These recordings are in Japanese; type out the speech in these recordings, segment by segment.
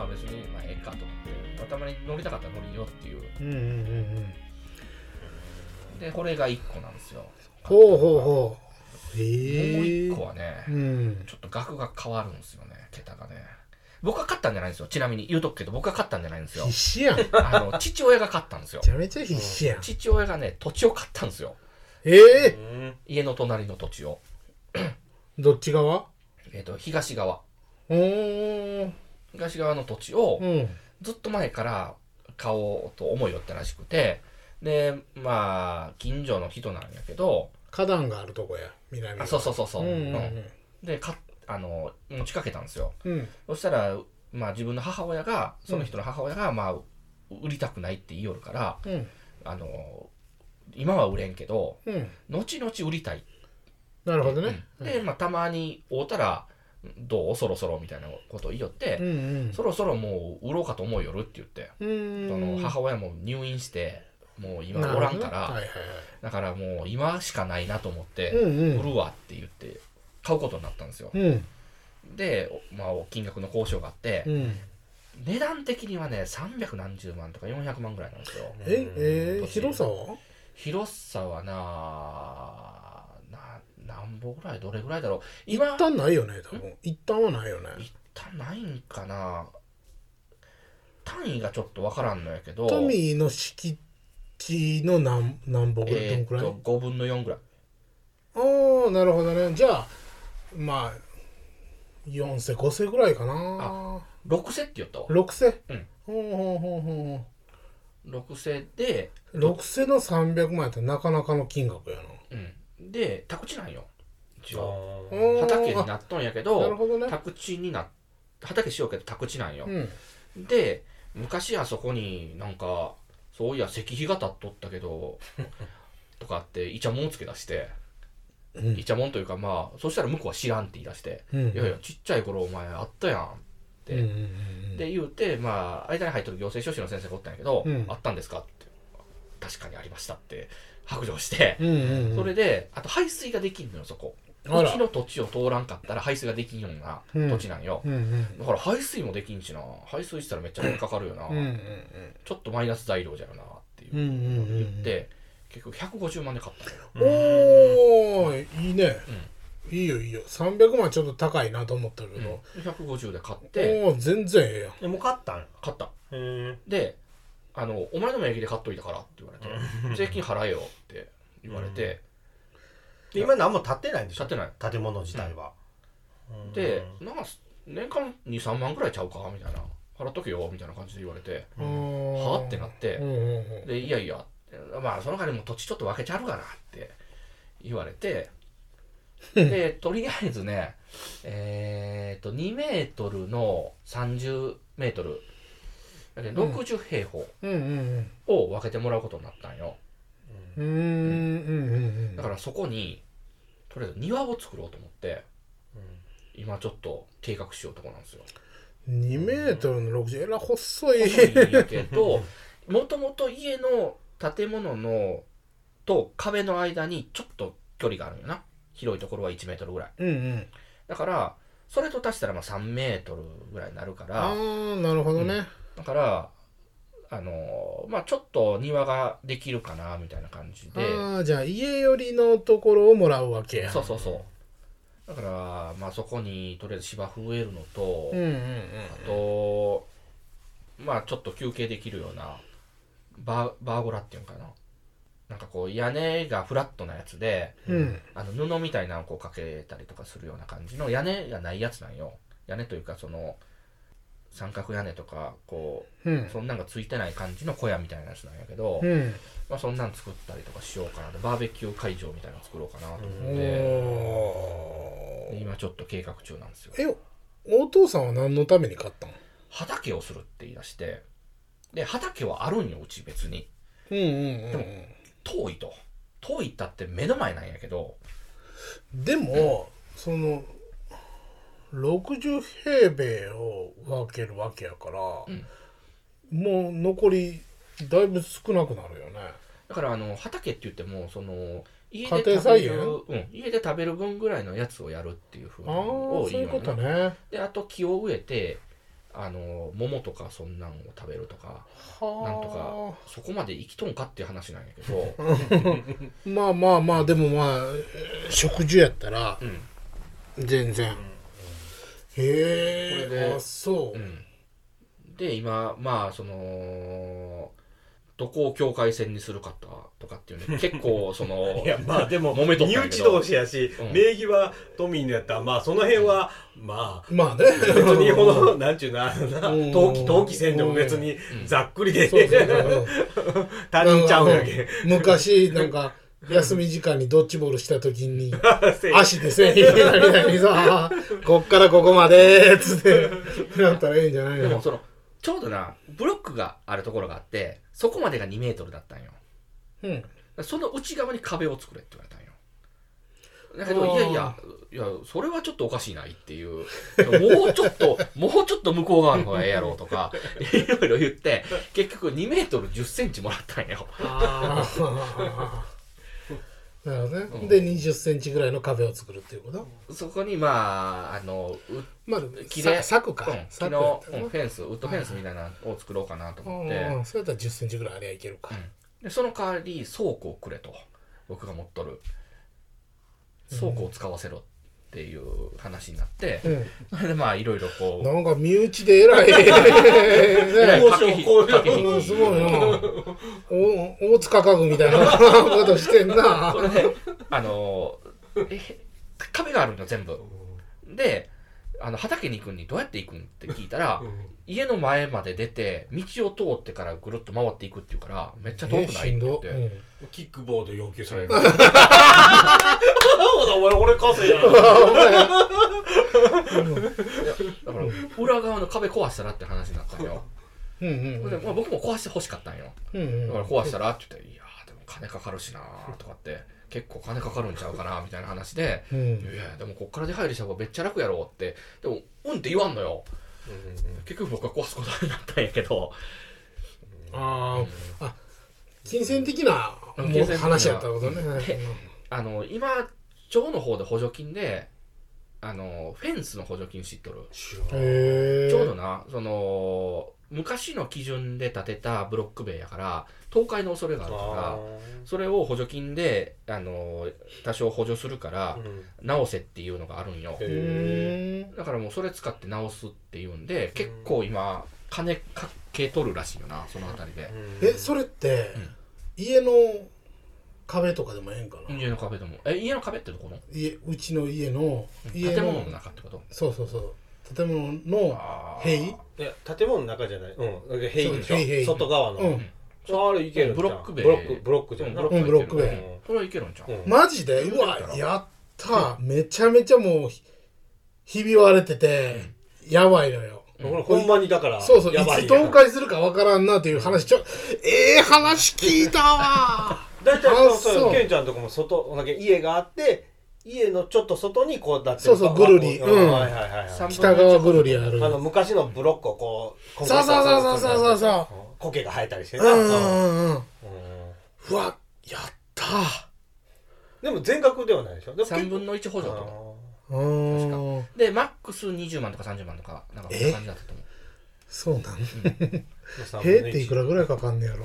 別にまあええかと思って、まあ、たまに乗りたかったら乗りよっていう、 うんうんうんうん。 でこれが1個なんですよ。 ほうほうほう。 もう1個はね、 うん、 ちょっと額が変わるんですよね、桁がね。僕が買ったんじゃないんですよ。ちなみに言うとくけど、僕が買ったんじゃないんですよ。 必死やん。 父親が買ったんですよ。 めちゃめちゃ必死やん。 父親がね、土地を買ったんですよ。家の隣の土地を。 どっち側？ 東側。 東側の土地を、 うん、 ずっと前から買おうと思いよったらしくて、で、まあ、近所の人なんやけど、 花壇があるとこや、南側。 そう。 うんうんうん、 で、持ちかけたんですよ。 うん、 そしたら、まあ自分の母親が、その人の母親が、まあ、売りたくないって言いよるから、 うん、 今は売れんけど、 うん、 後々売りたい。 なるほどね。 で、まあたまに会うたら、どうそろそろみたいなことを言いよって、 うんうん、 そろそろもう売ろうかと思うよるって言って、 うん、 母親も入院して、もう今おらんから、 はいはいはい、 だからもう今しかないなと思って、 うんうん、 売るわって言って買うことになったんですよ。 うん、 で、まあ金額の交渉があって、 うん、 値段的にはね、300何十万とか400万ぐらいなんですよ。 広さは？ 広さはなんぼぐらい、どれぐらいだろう。 一旦ないよね、多分。一旦はないよね。 一旦ないんかな。単位がちょっとわからんのやけど、 トミーの敷地の何歩ぐらい、どんくらい ？5分の4ぐらい。 ああ、なるほどね。じゃあ、まあ、4世、5世ぐらいかな。 6世って言ったわ。 6世？ うん。 ほう。 6世で、 6世の300万やったらなかなかの金額やな。 うん。で、宅地なんよ。一応。 あ畑になっとんやけど、 なるほどね。 宅地に畑しようけど宅地なんよ。 うん。 で、昔あそこになんか、そういや石碑が立っとったけど、とかってイチャモンをつけ出して、イチャモンというかまあ、そしたら向こうは知らんって言い出して、いやいや、ちっちゃい頃お前あったやんって、で言うて、まあ、間に入っとる行政書士の先生がおったんやけど、あったんですかって、確かにありましたって白状して、それで、あと排水ができんのよ、そこ。うちの土地を通らんかったら排水ができんような土地なんよ。だから排水もできんしな、排水したらめっちゃ金かかるよな、ちょっとマイナス材料じゃよなっていうのを言って、結局150万で買ったのよ。 おー、いいね。いいよいいよ。300万ちょっと高いなと思ったけど、 150で買って、 おー、全然ええやん。 もう買ったん？ 買った。で、お前の名義で買っといたからって言われて、税金払えよって言われて、 今何も建ってないんでしょ？ 建ってない建物自体は。 で、なんか年間2、3万ぐらいちゃうかみたいな、払っとけよみたいな感じで言われて、はぁってなって、で、いやいや、まあその代わりも土地ちょっと分けちゃうからって言われて、で、とりあえずね、2メートルの30メートル、60平方を分けてもらうことになったんよ。だからそこにとりあえず庭を作ろうと思って、今ちょっと計画しようとこなんですよ。 2メートルの60、えら細い。 細いんやけど、もともと家の建物のと壁の間にちょっと距離があるんよな。広いところは1メートルぐらい。だからそれと足したらまあ3メートルぐらいになるから。 ああ、なるほどね。 だからまあちょっと庭ができるかなみたいな感じで。 ああ、じゃあ家寄りのところをもらうわけや。 そう。だからまあそこにとりあえず芝生植えるのと、あとまあちょっと休憩できるようなバーゴラっていうのかな。なんかこう屋根がフラットなやつで、布みたいなのをこうかけたりとかするような感じの屋根がないやつなんよ。屋根というかその三角屋根とかこう、そんなんがついてない感じの小屋みたいなやつなんやけど、まあそんなん作ったりとかしようかなと、バーベキュー会場みたいなの作ろうかなと思って、今ちょっと計画中なんですよ。 お父さんは何のために買ったの？ 畑をするって言い出して、で畑はあるんようち別に。でも遠いったって目の前なんやけど、 でも、その60平米を分けるわけやから、もう残りだいぶ少なくなるよね。 だから畑って言ってもその家家で庭菜園？ 家で食べる分ぐらいのやつをやるっていうふうにそういうことね。 であと木を植えて桃とかそんなんを食べるとかはなんとかそこまで生きとんかっていう話なんやけどまあまあまあでもまあ食事やったら全然、へこれでえあそう、 で今まあそのどこを境界線にするかとかっていうね結構そのいやまあでも揉めとったんやけど身内同士やし、名義は都民のやったらまあその辺は、まあまあね別にこのなんちゅうの登記せんでも別にざっくりでそうそうそう他人ちゃうんやけ昔なんか休み時間にドッジボールした時に足でせんみたいにさこっからここまでつってなったらええんじゃないの。 でもそのちょうどなブロックがあるところがあってそこまでが2メートルだったんよ、その内側に壁を作れって言われたんよ。だけどいやそれはちょっとおかしいないっていうもうちょっと向こう側の方がええやろうとかいろいろ言って結局2メートル10センチもらったんよ。 なるほどね、で20センチぐらいの壁を作るっていうこと。 そこにまあ木で柵か、 木のフェンスウッドフェンスみたいなのを作ろうかなと思って、 そうやったら10センチぐらいありゃいけるか、 でその代わり倉庫をくれと僕が持っとる倉庫を使わせろっていう話になって、それでまあいろいろこうなんか身内で偉いすごいな大塚家具みたいなことしてんな。 それで壁があるの全部で畑に行くんにどうやって行くんって聞いたら、家の前まで出て道を通ってからぐるっと回っていくっていうからめっちゃ遠くないって言って、 キックボード要求されるお前俺稼いやだから裏側の壁壊したらって話になったんよ。で、まあ、僕も壊して欲しかったんよ、だから壊したらって言って、いやでも金かかるしなとかって結構金かかるんちゃうかなみたいな話で、いやでもこっから出入りした方がめっちゃ楽やろってでもって言わんのよ、結局僕は壊すことになったんやけど、 金銭的な話やったことね。 今町の方で補助金でフェンスの補助金知っとる？ちょうどなその昔の基準で建てたブロック塀やから倒壊の恐れがあるからそれを補助金で多少補助するから直せっていうのがあるんよ。だからもうそれ使って直すっていうんで結構今金かけとるらしいよなそのあたりで。 それって家の壁とかでもええんかな。 家の壁でも家の壁ってどこの？ うちの家の建物の中ってこと？ そう建物の塀？いや建物の中じゃない。塀でしょ。外側の。あれいけるんちゃう？ ブロック塀。 ブロックじゃん。 ブロック塀。 それはいけるんちゃう？ マジで？うわやっためちゃめちゃもうひび割れててやばいのよ。 ほんまにだからそういつ倒壊するかわからんなっていう話話聞いたわ。 だいたいケンちゃんとこも家があって家のちょっと外にこうなってる。 ぐるり。北側ぐるりある。 昔のブロックをこう。 そう。 苔が生えたりしてな。 うわやったでも全額ではないでしょ。 3分の1補助とか。でマックス20万とか30万とかなんかこんな感じだったと思う。 そうなんっていくらぐらいかかんねやろ。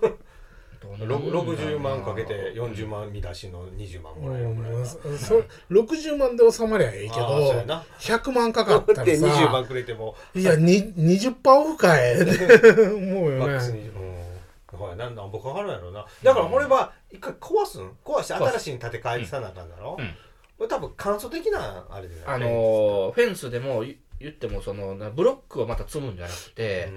60万かけて40万見出しの20万ぐらい 60万で収まりゃええけど100万かかったらさ 20万くれてもいや 20% オフかえって思うよね。 なんぼかかるんやろうな。だからこれは一回壊して新しいに建て替えさなあかんだろ。これ多分簡素的なあれでフェンスでも言ってもそのブロックをまた積むんじゃなくて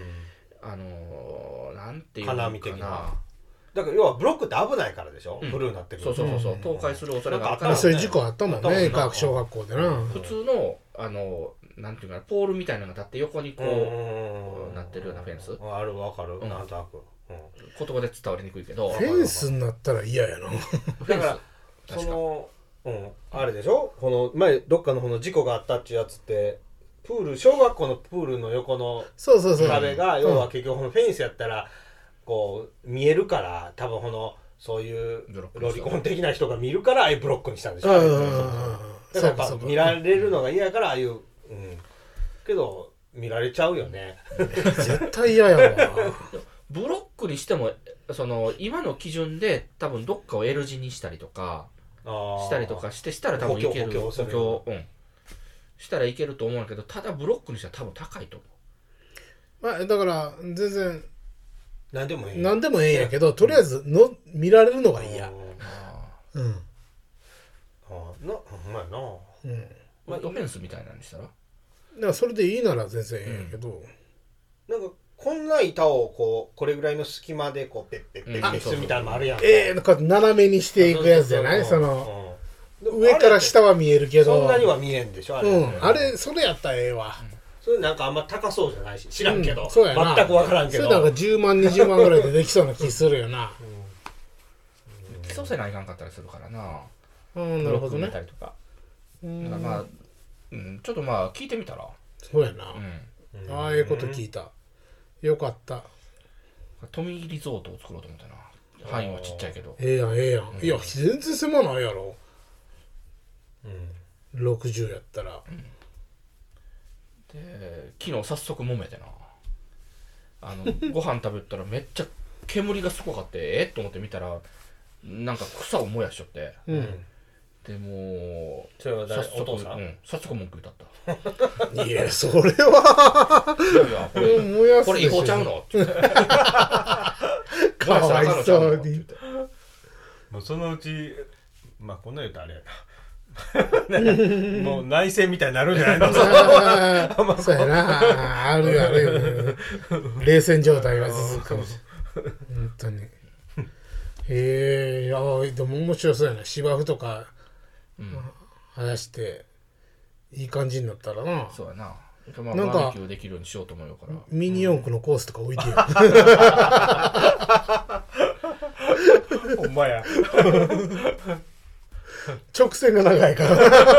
なんていうのかな。 だから要はブロックって危ないからでしょ、ブルーになってくる。 そう倒壊する恐れがあるから。 そういう事故あったもんね小学校でな。 普通のなんていうかポールみたいなのが立って横にこうなってるようなフェンス。 あるわかる。なんとなく言葉で伝わりにくいけど。 フェンスになったら嫌やな。 だからそのあれでしょ。この前どっかのこの事故があったっていうやつって小学校のプールの横の壁が要は結局このフェンスやったら。こう見えるから多分そういうロリコン的な人が見るからああいうブロックにしたんでしょ。だからやっぱ見られるのが嫌やからああいうけど見られちゃうよね絶対嫌やわブロックにしてもその今の基準で多分どっかを L 字にしたりとかしたら多分いける補強、したらいけると思うんだけど、ただブロックにしたら多分高いと思う。まあだから全然何でもええんやけど、とりあえずの見られるのが嫌。うん。 ほんまやな。 うん。まあオフェンスみたいなのにしたら。 だからそれでいいなら全然ええんやけど。 なんかこんな板をこれぐらいの隙間でこうペッペッペッペッするみたいなのもあるやん。 なんか斜めにしていくやつじゃない？その上から下は見えるけど。 そんなには見えんでしょあれ。 あれそれやったらええわ。 それなんかあんま高そうじゃないし知らんけど。 そうやな。 全く分からんけど。 それなんか10万20万ぐらいでできそうな気するよな。 基礎せないかんかったりするからな。 なるほどね。 だからまあちょっとまあ聞いてみたら。 そうやな。ああいうこと聞いた。よかった。 トミーリゾートを作ろうと思ったな。範囲はちっちゃいけど。 ええやん。いや全然狭ないやろ。60やったら。 で昨日早速揉めてな。ご飯食べたらめっちゃ煙がすごかってと思って見たらなんか草を燃やしちゃって。でもそれはお父さん？ 早速文句言ったった。いやそれは。 いやこれ違法ちゃうの？ かわいそうに。 もうそのうちまあこんな言うとあれやな。もう内戦みたいになるんじゃないの？ そうやな。あるよ。冷戦状態が続くかもしれない。本当に。でも面白そうやな。芝生とか生やしていい感じになったらな。 そうやな。なんかバーベキューできるようにしようと思うから。 ミニ四駆のコースとか置いてよ。 ほんまや。 直線が長いから。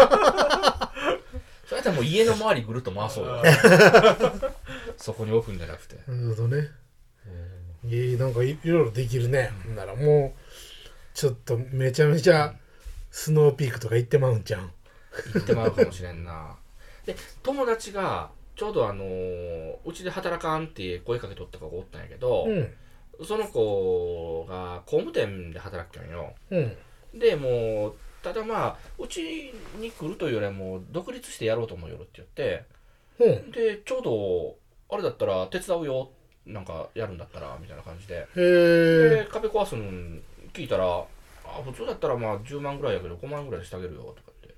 それやったらもう家の周りぐるっと回そうよ。そこに置くんじゃなくて。 なるほどね。なんかいろいろできるね。ならもうちょっとめちゃめちゃスノーピークとか行ってまうんじゃん。 行ってまうかもしれんな。で友達がちょうどうちで働かんって声かけとった子がおったんやけど、その子が工務店で働きたんよ。でもうただまあうちに来るというよりはもう独立してやろうと思うよって言って、でちょうどあれだったら手伝うよなんかやるんだったらみたいな感じで、で壁壊すの聞いたら普通だったらまあ10万ぐらいやけど5万ぐらいでしてあげるよとかって。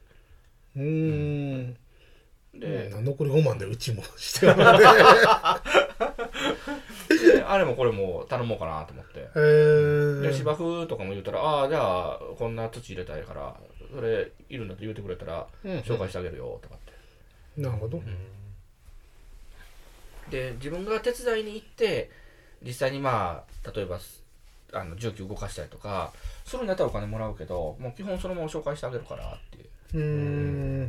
で残り5万でうちもしてるのであれもこれも頼もうかなと思って、で芝生とかも言うたらじゃあこんな土入れたいからそれいるんだって言うてくれたら紹介してあげるよとかって、 なるほど。 で自分が手伝いに行って実際にまあ例えば重機動かしたりとかするんだったらお金もらうけどもう基本そのまま紹介してあげるからっていう。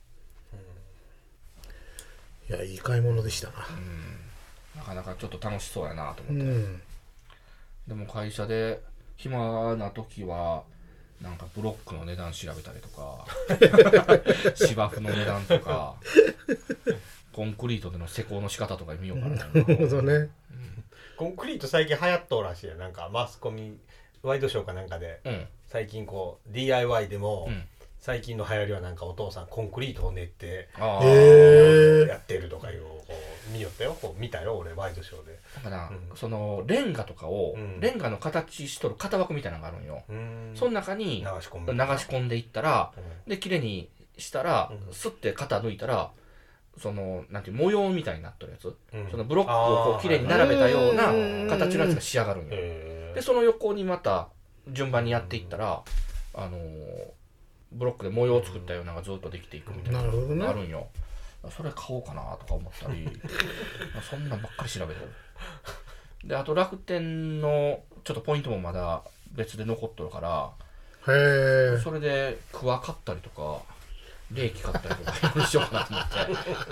いやいい買い物でしたな。 なかなかちょっと楽しそうやなと思って、でも会社で暇な時はなんかブロックの値段調べたりとか芝生の値段とかコンクリートでの施工の仕方とか見ようかな。 なるほどね。 コンクリート最近流行っとうらしいや。なんかマスコミワイドショーかなんかで、最近こう DIY でも、最近の流行りはなんかお父さんコンクリートを練ってやってるとかいう見よったよ。見たよ俺ワイドショーで。 だから、そのレンガとかを、レンガの形しとる型枠みたいなのがあるんよ。その中に流し込んでいったら、で綺麗にしたら、スッて型抜いたらそのなんていう模様みたいになっとるやつ、そのブロックをこう綺麗に並べたような形のやつが仕上がるんよ。でその横にまた順番にやっていったらブロックで模様を作ったようなのがずっとできていくみたいなのがあるんよ。それ買おうかなとか思ったりそんなんばっかり調べてる。であと楽天のちょっとポイントもまだ別で残っとるから、それでクワ買ったりとか冷気買ったりとかしようかなと思って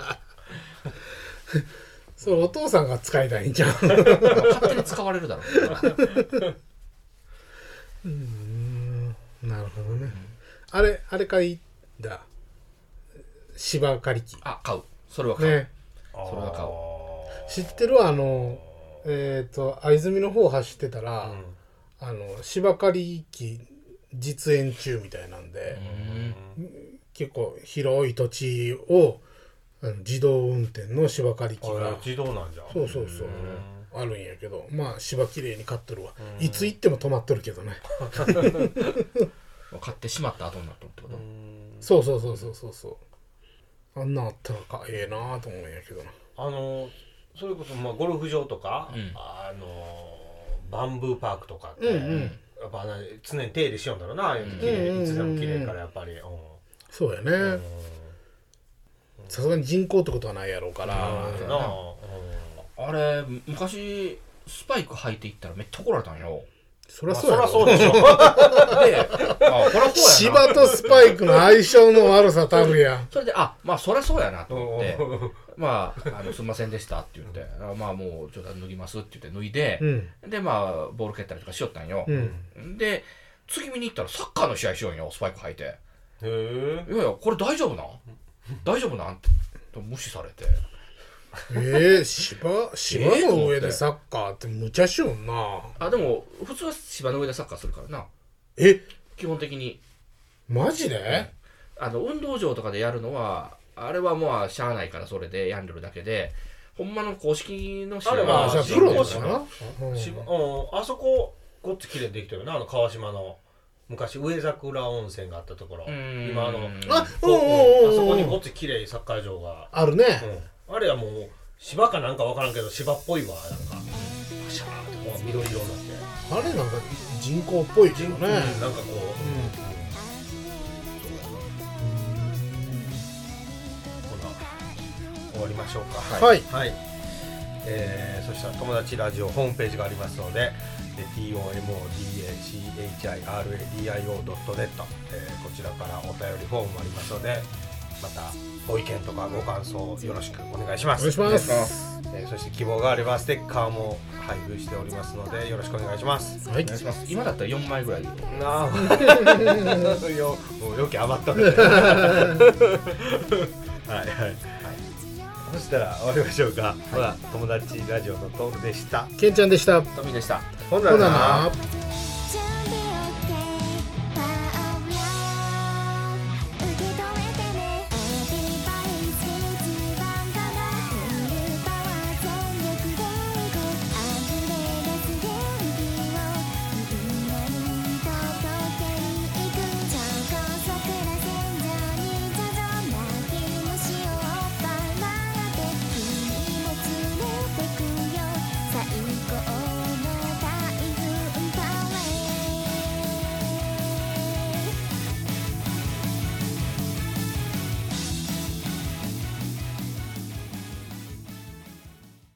そうお父さんが使いたいんじゃん勝手に使われるだろうなるほどね、あれ買いだ芝刈り機。 買う。それは買う、ね、 それは買おう。知ってるわ、藍住の方走ってたら、芝刈り機実演中みたいなんで、結構広い土地を自動運転の芝刈り機が自動なんじゃん。 そうあるんやけど、まあ芝きれいに刈っとるわ。いつ行っても止まっとるけどね。 買ってしまった後になっとるってこと。 そうあんなあったらええなと思うんやけどな。 それこそゴルフ場とか、バンブーパークとかって、やっぱ常に手入れしようんだろうな。いつでも綺麗からやっぱり。 そうやね。さすがに人工ってことはないやろうから。 あれ昔スパイク履いていったらめっちゃ怒られたんよ。 そりゃそうでしょ。 芝とスパイクの相性の悪さたるやん。 それでまあそりゃそうやなと思ってまあすいませんでしたって言ってまあもうちょっと脱ぎますって言って脱いで、でまあボール蹴ったりとかしよったんよ。で次見に行ったらサッカーの試合しようんよ、スパイク履いて。いやいやこれ大丈夫なんって無視されて。 芝の上でサッカーって無茶しよんな。 でも普通は芝の上でサッカーするからな。基本的に。 マジで？ 運動場とかでやるのはあれはもうしゃあないからそれでやんでるだけで、ほんまの公式の試合はプロだな。 あそこごっつ綺麗にできてるな。川島の昔上桜温泉があったところ、今あそこにごっつ綺麗サッカー場があるね。 あれはもう芝かなんか分からんけど芝っぽいわ。なんかパシャーってこう緑色になって、 あれなんか人工っぽいけどね。 なんかこう、終わりましょうか。 はい。 そしたら友達ラジオホームページがありますので、tomodachiradio.net、こちらからお便りフォームもありますので、またご意見とかご感想よろしくお願いします。 お願いします。 そして希望があればステッカーも配布しておりますのでよろしくお願いします。 はい、お願いします。今だったら4枚ぐらいで。 よき余ったので。はい。そしたら終わりましょうか。ほら、友達ラジオのトークでした。 けんちゃんでした。 トミでした。 ほんならな。